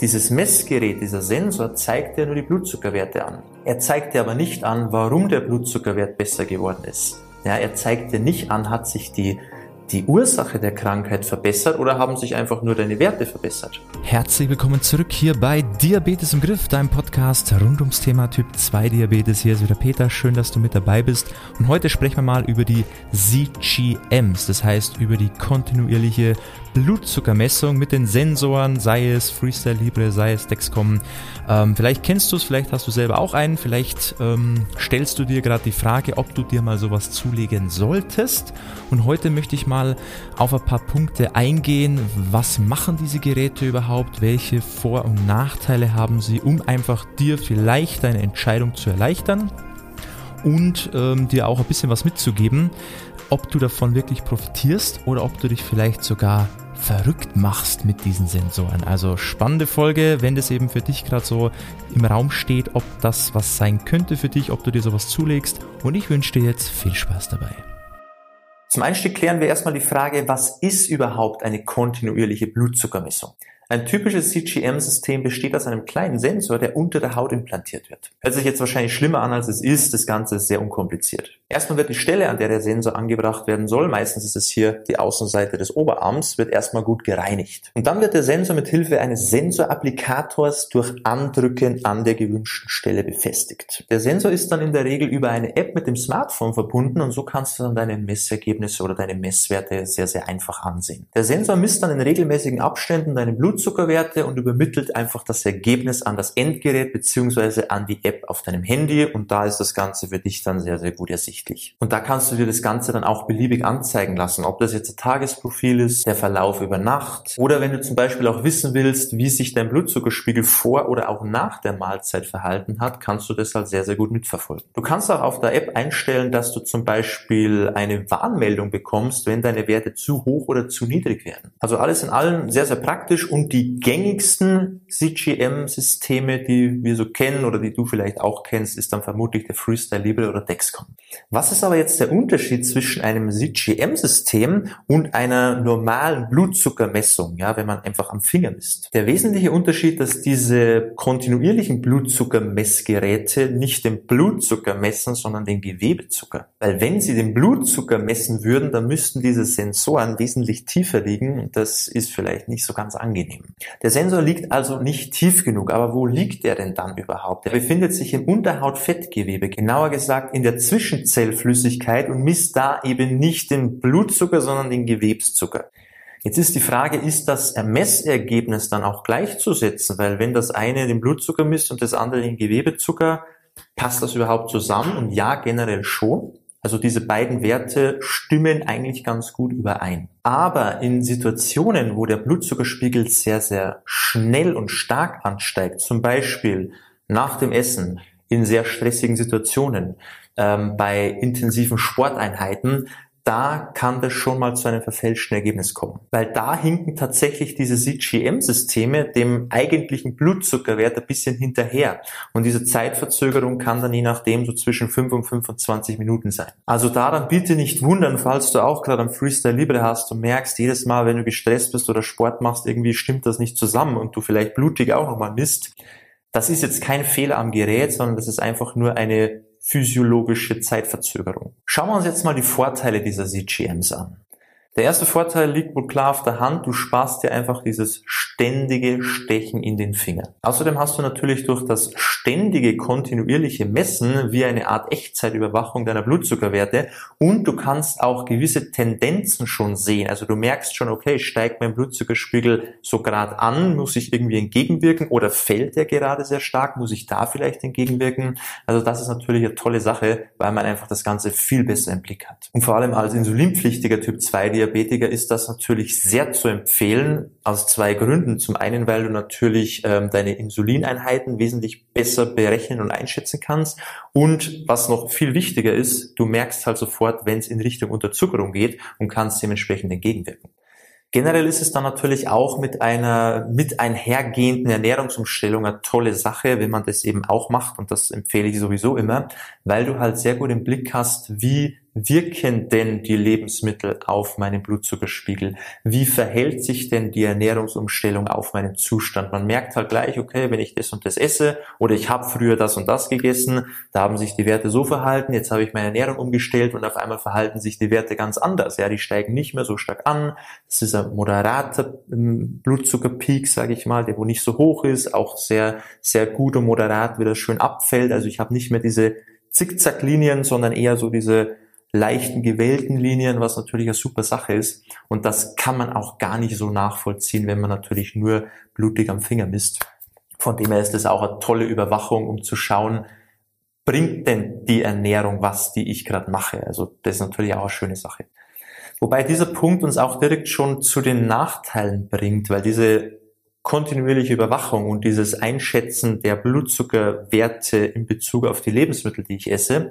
Dieses Messgerät, dieser Sensor zeigt dir nur die Blutzuckerwerte an. Er zeigt dir aber nicht an, warum der Blutzuckerwert besser geworden ist. Ja, er zeigt dir nicht an, hat sich die Ursache der Krankheit verbessert oder haben sich einfach nur deine Werte verbessert. Herzlich willkommen zurück hier bei Diabetes im Griff, deinem Podcast rund ums Thema Typ 2 Diabetes. Hier ist wieder Peter, schön, dass du mit dabei bist. Und heute sprechen wir mal über die CGMs, das heißt über die kontinuierliche Blutzuckermessung mit den Sensoren, sei es Freestyle Libre, sei es Dexcom. Vielleicht kennst du es, vielleicht hast du selber auch einen, vielleicht stellst du dir gerade die Frage, ob du dir mal sowas zulegen solltest. Und heute möchte ich mal auf ein paar Punkte eingehen. Was machen diese Geräte überhaupt? Welche Vor- und Nachteile haben sie, um einfach dir vielleicht deine Entscheidung zu erleichtern und dir auch ein bisschen was mitzugeben, ob du davon wirklich profitierst oder ob du dich vielleicht sogar verrückt machst mit diesen Sensoren. Also spannende Folge, wenn das eben für dich gerade so im Raum steht, ob das was sein könnte für dich, ob du dir sowas zulegst. Und ich wünsche dir jetzt viel Spaß dabei. Zum Einstieg klären wir erstmal die Frage, was ist überhaupt eine kontinuierliche Blutzuckermessung? Ein typisches CGM-System besteht aus einem kleinen Sensor, der unter der Haut implantiert wird. Hört sich jetzt wahrscheinlich schlimmer an, als es ist. Das Ganze ist sehr unkompliziert. Erstmal wird die Stelle, an der der Sensor angebracht werden soll, meistens ist es hier die Außenseite des Oberarms, wird erstmal gut gereinigt. Und dann wird der Sensor mit Hilfe eines Sensorapplikators durch Andrücken an der gewünschten Stelle befestigt. Der Sensor ist dann in der Regel über eine App mit dem Smartphone verbunden und so kannst du dann deine Messergebnisse oder deine Messwerte sehr, sehr einfach ansehen. Der Sensor misst dann in regelmäßigen Abständen deine Blutzuckerwerte und übermittelt einfach das Ergebnis an das Endgerät bzw. an die App auf deinem Handy und da ist das Ganze für dich dann sehr, sehr gut ersichtlich. Und da kannst du dir das Ganze dann auch beliebig anzeigen lassen, ob das jetzt ein Tagesprofil ist, der Verlauf über Nacht oder wenn du zum Beispiel auch wissen willst, wie sich dein Blutzuckerspiegel vor oder auch nach der Mahlzeit verhalten hat, kannst du das halt sehr, sehr gut mitverfolgen. Du kannst auch auf der App einstellen, dass du zum Beispiel eine Warnmeldung bekommst, wenn deine Werte zu hoch oder zu niedrig werden. Also alles in allem sehr, sehr praktisch und die gängigsten CGM-Systeme, die wir so kennen oder die du vielleicht auch kennst, ist dann vermutlich der Freestyle Libre oder Dexcom. Was ist aber jetzt der Unterschied zwischen einem CGM-System und einer normalen Blutzuckermessung, ja, wenn man einfach am Finger misst? Der wesentliche Unterschied, dass diese kontinuierlichen Blutzuckermessgeräte nicht den Blutzucker messen, sondern den Gewebezucker. Weil wenn sie den Blutzucker messen würden, dann müssten diese Sensoren wesentlich tiefer liegen und das ist vielleicht nicht so ganz angenehm. Der Sensor liegt also nicht tief genug, aber wo liegt er denn dann überhaupt? Er befindet sich im Unterhautfettgewebe, genauer gesagt in der Zwischenzellflüssigkeit und misst da eben nicht den Blutzucker, sondern den Gewebszucker. Jetzt ist die Frage, ist das Messergebnis dann auch gleichzusetzen? Weil wenn das eine den Blutzucker misst und das andere den Gewebezucker, passt das überhaupt zusammen? Und ja, generell schon. Also diese beiden Werte stimmen eigentlich ganz gut überein. Aber in Situationen, wo der Blutzuckerspiegel sehr, sehr schnell und stark ansteigt, zum Beispiel nach dem Essen, in sehr stressigen Situationen, bei intensiven Sporteinheiten, da kann das schon mal zu einem verfälschten Ergebnis kommen. Weil da hinken tatsächlich diese CGM-Systeme dem eigentlichen Blutzuckerwert ein bisschen hinterher. Und diese Zeitverzögerung kann dann je nachdem so zwischen 5 und 25 Minuten sein. Also daran bitte nicht wundern, falls du auch gerade am Freestyle Libre hast und merkst, jedes Mal, wenn du gestresst bist oder Sport machst, irgendwie stimmt das nicht zusammen und du vielleicht blutig auch nochmal misst. Das ist jetzt kein Fehler am Gerät, sondern das ist einfach nur eine physiologische Zeitverzögerung. Schauen wir uns jetzt mal die Vorteile dieser CGMs an. Der erste Vorteil liegt wohl klar auf der Hand, du sparst dir einfach dieses ständige Stechen in den Finger. Außerdem hast du natürlich durch das ständige, kontinuierliche Messen wie eine Art Echtzeitüberwachung deiner Blutzuckerwerte und du kannst auch gewisse Tendenzen schon sehen. Also du merkst schon, okay, steigt mein Blutzuckerspiegel so gerade an, muss ich irgendwie entgegenwirken oder fällt der gerade sehr stark, muss ich da vielleicht entgegenwirken? Also das ist natürlich eine tolle Sache, weil man einfach das Ganze viel besser im Blick hat. Und vor allem als insulinpflichtiger Typ 2 Diabetiker ist das natürlich sehr zu empfehlen, aus zwei Gründen. Zum einen, weil du natürlich deine Insulineinheiten wesentlich besser berechnen und einschätzen kannst und was noch viel wichtiger ist, du merkst halt sofort, wenn es in Richtung Unterzuckerung geht und kannst dementsprechend entgegenwirken. Generell ist es dann natürlich auch mit einer mit einhergehenden Ernährungsumstellung eine tolle Sache, wenn man das eben auch macht und das empfehle ich sowieso immer, weil du halt sehr gut im Blick hast, wie wirken denn die Lebensmittel auf meinen Blutzuckerspiegel? Wie verhält sich denn die Ernährungsumstellung auf meinen Zustand? Man merkt halt gleich, okay, wenn ich das und das esse oder ich habe früher das und das gegessen, da haben sich die Werte so verhalten, jetzt habe ich meine Ernährung umgestellt und auf einmal verhalten sich die Werte ganz anders. Ja, die steigen nicht mehr so stark an. Das ist ein moderater Blutzuckerpeak, sage ich mal, der wo nicht so hoch ist, auch sehr, sehr gut und moderat wieder schön abfällt. Also ich habe nicht mehr diese Zickzacklinien, sondern eher so diese leichten, gewellten Linien, was natürlich eine super Sache ist. Und das kann man auch gar nicht so nachvollziehen, wenn man natürlich nur blutig am Finger misst. Von dem her ist das auch eine tolle Überwachung, um zu schauen, bringt denn die Ernährung was, die ich gerade mache? Also das ist natürlich auch eine schöne Sache. Wobei dieser Punkt uns auch direkt schon zu den Nachteilen bringt, weil diese kontinuierliche Überwachung und dieses Einschätzen der Blutzuckerwerte in Bezug auf die Lebensmittel, die ich esse,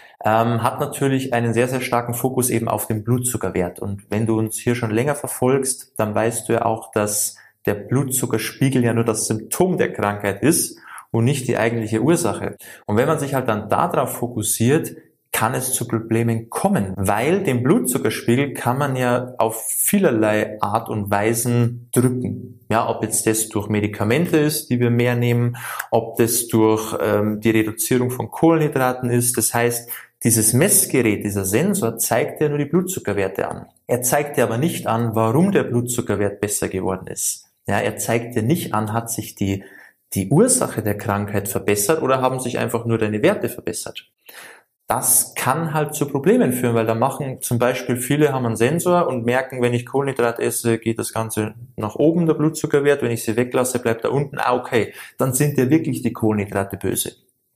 hat natürlich einen sehr, sehr starken Fokus eben auf den Blutzuckerwert. Und wenn du uns hier schon länger verfolgst, dann weißt du ja auch, dass der Blutzuckerspiegel ja nur das Symptom der Krankheit ist und nicht die eigentliche Ursache. Und wenn man sich halt dann darauf fokussiert, kann es zu Problemen kommen, weil den Blutzuckerspiegel kann man ja auf vielerlei Art und Weisen drücken. Ja, ob jetzt das durch Medikamente ist, die wir mehr nehmen, ob das durch die Reduzierung von Kohlenhydraten ist. Das heißt, dieses Messgerät, dieser Sensor zeigt ja nur die Blutzuckerwerte an. Er zeigt dir aber nicht an, warum der Blutzuckerwert besser geworden ist. Ja, er zeigt dir nicht an, hat sich die Ursache der Krankheit verbessert oder haben sich einfach nur deine Werte verbessert. Das kann halt zu Problemen führen, weil da machen zum Beispiel viele haben einen Sensor und merken, wenn ich Kohlenhydrat esse, geht das Ganze nach oben, der Blutzuckerwert. Wenn ich sie weglasse, bleibt er unten. Okay, dann sind ja wirklich die Kohlenhydrate böse.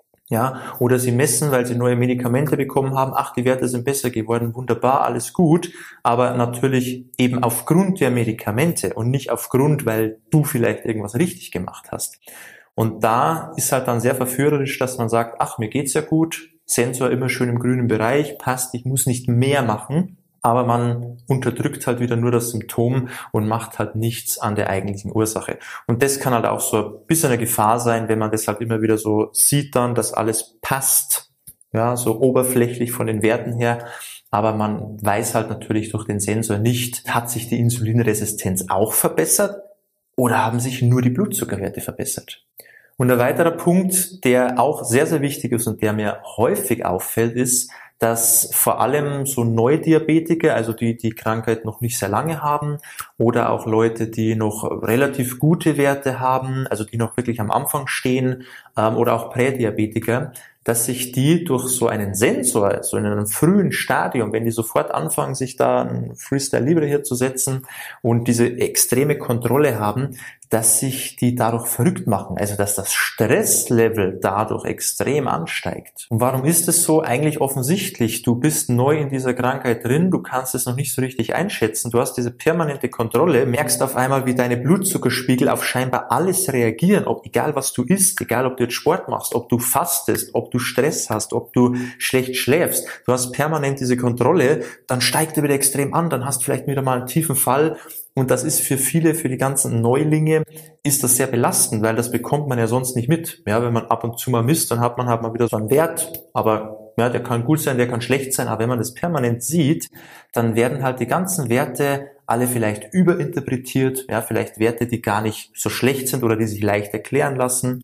Ja, oder sie messen, weil sie neue Medikamente bekommen haben, ach, die Werte sind besser geworden, wunderbar, alles gut, aber natürlich eben aufgrund der Medikamente und nicht aufgrund, weil du vielleicht irgendwas richtig gemacht hast. Und da ist halt dann sehr verführerisch, dass man sagt, ach, mir geht's ja gut, Sensor immer schön im grünen Bereich, passt, ich muss nicht mehr machen, aber man unterdrückt halt wieder nur das Symptom und macht halt nichts an der eigentlichen Ursache. Und das kann halt auch so ein bisschen eine Gefahr sein, wenn man das halt immer wieder so sieht dann, dass alles passt, ja, so oberflächlich von den Werten her, aber man weiß halt natürlich durch den Sensor nicht, hat sich die Insulinresistenz auch verbessert oder haben sich nur die Blutzuckerwerte verbessert. Und ein weiterer Punkt, der auch sehr, sehr wichtig ist und der mir häufig auffällt, ist, dass vor allem so Neudiabetiker, also die Krankheit noch nicht sehr lange haben oder auch Leute, die noch relativ gute Werte haben, also die noch wirklich am Anfang stehen oder auch Prädiabetiker, dass sich die durch so einen Sensor, so in einem frühen Stadium, wenn die sofort anfangen, sich da ein Freestyle Libre hier zu setzen und diese extreme Kontrolle haben, dass sich die dadurch verrückt machen, also dass das Stresslevel dadurch extrem ansteigt. Und warum ist es so? Eigentlich offensichtlich, du bist neu in dieser Krankheit drin, du kannst es noch nicht so richtig einschätzen, du hast diese permanente Kontrolle, merkst auf einmal, wie deine Blutzuckerspiegel auf scheinbar alles reagieren, ob egal was du isst, egal ob du jetzt Sport machst, ob du fastest, ob du Stress hast, ob du schlecht schläfst, du hast permanent diese Kontrolle, dann steigt er wieder extrem an, dann hast du vielleicht wieder mal einen tiefen Fall. Und das ist für viele, für die ganzen Neulinge, ist das sehr belastend, weil das bekommt man ja sonst nicht mit. Ja, wenn man ab und zu mal misst, dann hat man halt mal wieder so einen Wert, aber ja, der kann gut sein, der kann schlecht sein, aber wenn man das permanent sieht, dann werden halt die ganzen Werte alle vielleicht überinterpretiert, ja, vielleicht Werte, die gar nicht so schlecht sind oder die sich leicht erklären lassen.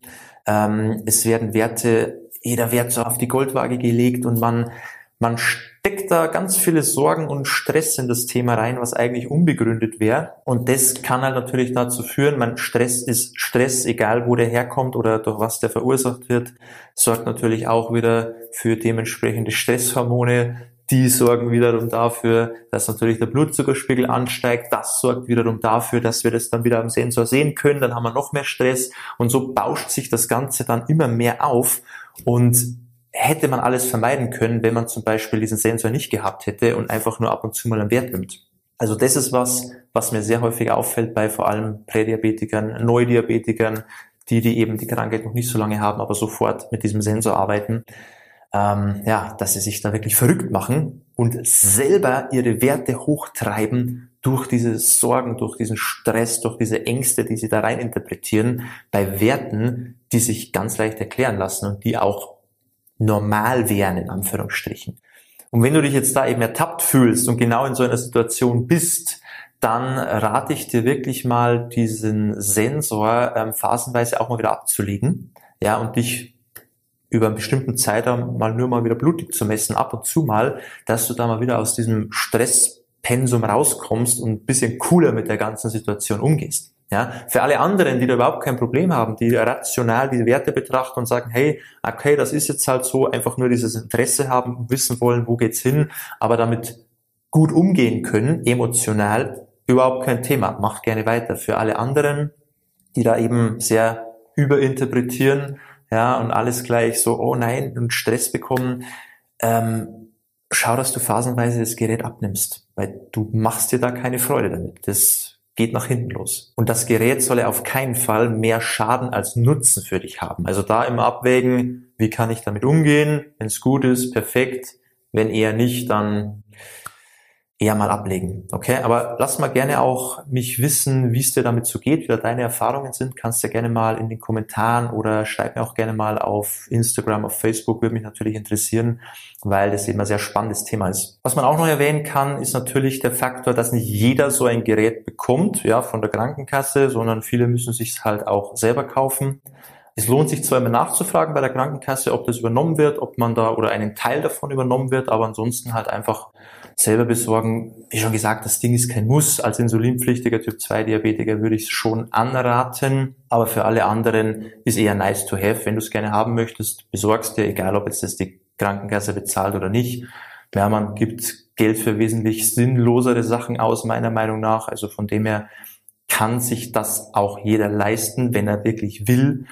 Es werden Werte, jeder Wert so auf die Goldwaage gelegt und man steckt da ganz viele Sorgen und Stress in das Thema rein, was eigentlich unbegründet wäre. Und das kann halt natürlich dazu führen, Stress ist Stress, egal wo der herkommt oder durch was der verursacht wird, sorgt natürlich auch wieder für dementsprechende Stresshormone. Die sorgen wiederum dafür, dass natürlich der Blutzuckerspiegel ansteigt. Das sorgt wiederum dafür, dass wir das dann wieder am Sensor sehen können. Dann haben wir noch mehr Stress und so bauscht sich das Ganze dann immer mehr auf. Und hätte man alles vermeiden können, wenn man zum Beispiel diesen Sensor nicht gehabt hätte und einfach nur ab und zu mal einen Wert nimmt. Also das ist was mir sehr häufig auffällt bei vor allem Prädiabetikern, Neudiabetikern, die eben die Krankheit noch nicht so lange haben, aber sofort mit diesem Sensor arbeiten, dass sie sich da wirklich verrückt machen und selber ihre Werte hochtreiben durch diese Sorgen, durch diesen Stress, durch diese Ängste, die sie da rein interpretieren, bei Werten, die sich ganz leicht erklären lassen und die auch normal wären, in Anführungsstrichen. Und wenn du dich jetzt da eben ertappt fühlst und genau in so einer Situation bist, dann rate ich dir wirklich mal, diesen Sensor phasenweise auch mal wieder abzulegen, ja, und dich über einen bestimmten Zeitraum nur mal wieder blutig zu messen, ab und zu mal, dass du da mal wieder aus diesem Stresspensum rauskommst und ein bisschen cooler mit der ganzen Situation umgehst. Ja, für alle anderen, die da überhaupt kein Problem haben, die rational die Werte betrachten und sagen, hey, okay, das ist jetzt halt so, einfach nur dieses Interesse haben, wissen wollen, wo geht's hin, aber damit gut umgehen können, emotional, überhaupt kein Thema, macht gerne weiter. Für alle anderen, die da eben sehr überinterpretieren, ja, und alles gleich so, oh nein, und Stress bekommen, schau, dass du phasenweise das Gerät abnimmst, weil du machst dir da keine Freude damit. Das geht nach hinten los. Und das Gerät soll ja auf keinen Fall mehr Schaden als Nutzen für dich haben. Also da immer abwägen, wie kann ich damit umgehen? Wenn es gut ist, perfekt. Wenn eher nicht, dann eher mal ablegen. Okay, aber lass mal gerne auch mich wissen, wie es dir damit so geht, wie da deine Erfahrungen sind. Kannst du ja gerne mal in den Kommentaren oder schreib mir auch gerne mal auf Instagram, auf Facebook, würde mich natürlich interessieren, weil das eben ein sehr spannendes Thema ist. Was man auch noch erwähnen kann, ist natürlich der Faktor, dass nicht jeder so ein Gerät bekommt, ja, von der Krankenkasse, sondern viele müssen sich halt auch selber kaufen. Es lohnt sich zwar immer nachzufragen bei der Krankenkasse, ob das übernommen wird, ob man da oder einen Teil davon übernommen wird, aber ansonsten halt einfach selber besorgen. Wie schon gesagt, das Ding ist kein Muss. Als insulinpflichtiger Typ-2-Diabetiker würde ich es schon anraten, aber für alle anderen ist eher nice to have. Wenn du es gerne haben möchtest, besorgst dir, egal ob jetzt das die Krankenkasse bezahlt oder nicht. Ja, man gibt Geld für wesentlich sinnlosere Sachen aus, meiner Meinung nach. Also von dem her kann sich das auch jeder leisten, wenn er wirklich will.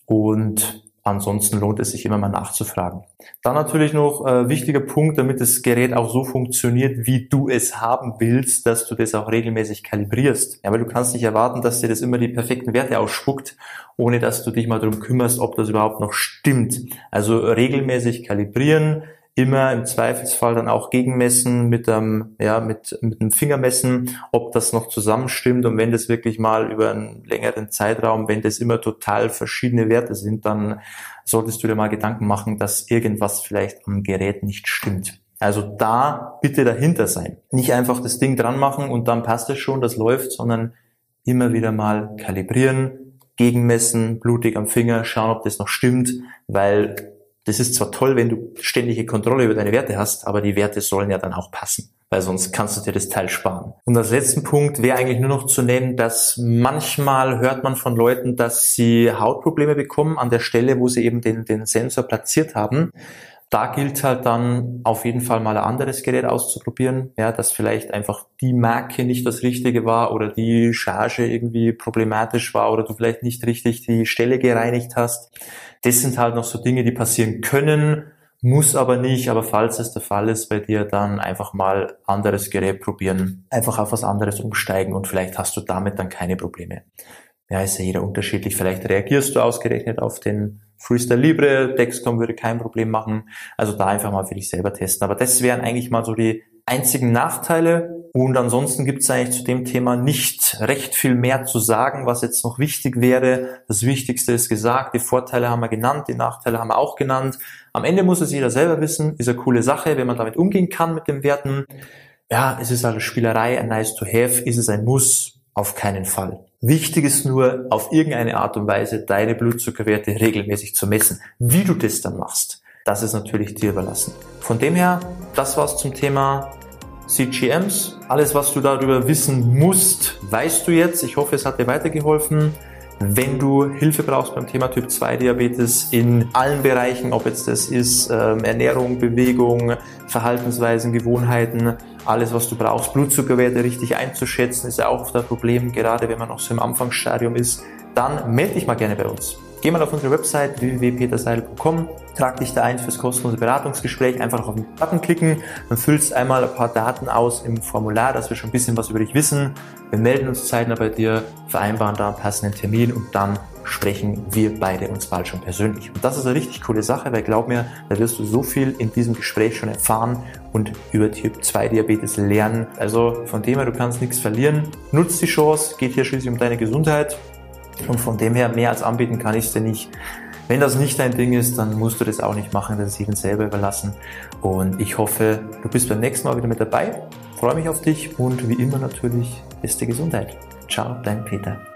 Und ansonsten lohnt es sich immer mal nachzufragen. Dann natürlich noch wichtiger Punkt, damit das Gerät auch so funktioniert, wie du es haben willst, dass du das auch regelmäßig kalibrierst. Ja, weil du kannst nicht erwarten, dass dir das immer die perfekten Werte ausspuckt, ohne dass du dich mal darum kümmerst, ob das überhaupt noch stimmt. Also regelmäßig kalibrieren, immer im Zweifelsfall dann auch gegenmessen mit dem Fingermessen, ob das noch zusammenstimmt, und wenn das wirklich mal über einen längeren Zeitraum, wenn das immer total verschiedene Werte sind, dann solltest du dir mal Gedanken machen, dass irgendwas vielleicht am Gerät nicht stimmt. Also da bitte dahinter sein. Nicht einfach das Ding dran machen und dann passt es schon, das läuft, sondern immer wieder mal kalibrieren, gegenmessen, blutig am Finger, schauen, ob das noch stimmt, weil das ist zwar toll, wenn du ständige Kontrolle über deine Werte hast, aber die Werte sollen ja dann auch passen, weil sonst kannst du dir das Teil sparen. Und als letzten Punkt wäre eigentlich nur noch zu nennen, dass manchmal hört man von Leuten, dass sie Hautprobleme bekommen an der Stelle, wo sie eben den Sensor platziert haben. Da gilt halt dann auf jeden Fall mal ein anderes Gerät auszuprobieren, ja, dass vielleicht einfach die Marke nicht das Richtige war oder die Charge irgendwie problematisch war oder du vielleicht nicht richtig die Stelle gereinigt hast. Das sind halt noch so Dinge, die passieren können, muss aber nicht, aber falls es der Fall ist bei dir, dann einfach mal anderes Gerät probieren, einfach auf was anderes umsteigen und vielleicht hast du damit dann keine Probleme. Ja, ist ja jeder unterschiedlich. Vielleicht reagierst du ausgerechnet auf den Freestyle Libre, Dexcom würde kein Problem machen. Also da einfach mal für dich selber testen. Aber das wären eigentlich mal so die einzigen Nachteile. Und ansonsten gibt es eigentlich zu dem Thema nicht recht viel mehr zu sagen, was jetzt noch wichtig wäre. Das Wichtigste ist gesagt, die Vorteile haben wir genannt, die Nachteile haben wir auch genannt. Am Ende muss es jeder selber wissen. Ist eine coole Sache, wenn man damit umgehen kann mit den Werten. Ja, es ist halt eine Spielerei, ein nice to have. Ist es ein Muss? Auf keinen Fall. Wichtig ist nur, auf irgendeine Art und Weise deine Blutzuckerwerte regelmäßig zu messen. Wie du das dann machst, das ist natürlich dir überlassen. Von dem her, das war's zum Thema CGMs. Alles, was du darüber wissen musst, weißt du jetzt. Ich hoffe, es hat dir weitergeholfen. Wenn du Hilfe brauchst beim Thema Typ-2-Diabetes in allen Bereichen, ob jetzt das ist Ernährung, Bewegung, Verhaltensweisen, Gewohnheiten, alles, was du brauchst, Blutzuckerwerte richtig einzuschätzen, ist ja auch oft ein Problem, gerade wenn man noch so im Anfangsstadium ist, dann melde dich mal gerne bei uns. Geh mal auf unsere Website www.peterseidel.com, trag dich da ein fürs kostenlose Beratungsgespräch, einfach auf den Button klicken, dann füllst einmal ein paar Daten aus im Formular, dass wir schon ein bisschen was über dich wissen. Wir melden uns zeitnah bei dir, vereinbaren da einen passenden Termin und dann sprechen wir beide uns bald schon persönlich. Und das ist eine richtig coole Sache, weil glaub mir, da wirst du so viel in diesem Gespräch schon erfahren und über Typ-2-Diabetes lernen. Also von dem her, du kannst nichts verlieren. Nutz die Chance, geht hier schließlich um deine Gesundheit. Und von dem her, mehr als anbieten kann ich es dir nicht. Wenn das nicht dein Ding ist, dann musst du das auch nicht machen, das ist jedem selber überlassen. Und ich hoffe, du bist beim nächsten Mal wieder mit dabei. Ich freue mich auf dich und wie immer natürlich beste Gesundheit. Ciao, dein Peter.